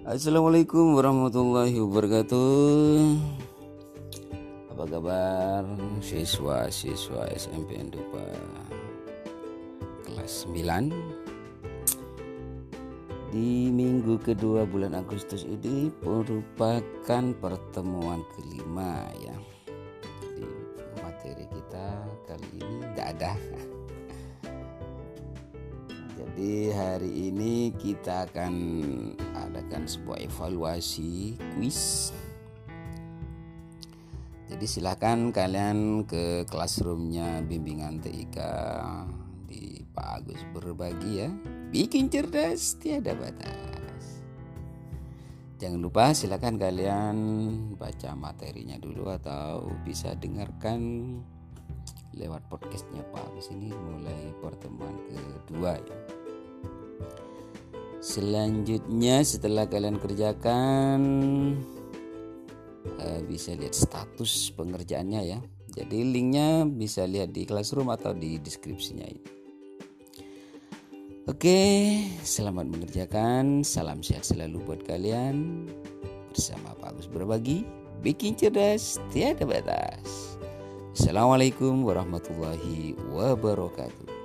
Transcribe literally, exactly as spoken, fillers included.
Assalamualaikum warahmatullahi wabarakatuh. Apa kabar siswa-siswa S M P N Dupa kelas sembilan? Di minggu kedua bulan Agustus ini merupakan pertemuan kelima ya. Jadi materi kita kali ini tidak ada. Jadi hari ini kita akan adakan sebuah evaluasi kuis. Jadi silakan kalian ke classroomnya bimbingan T I K di Pak Agus Berbagi ya. Bikin cerdas tiada batas. Jangan lupa silakan kalian baca materinya dulu atau bisa dengarkan lewat podcastnya Pak Agus ini mulai pertemuan kedua ya. Selanjutnya setelah kalian kerjakan uh, bisa lihat status pengerjaannya ya. Jadi linknya bisa lihat di classroom atau di deskripsinya ini. Oke, selamat mengerjakan. Salam sehat selalu buat kalian. Bersama Pak Agus Berbagi, bikin cerdas tiada batas. Assalamualaikum warahmatullahi wabarakatuh.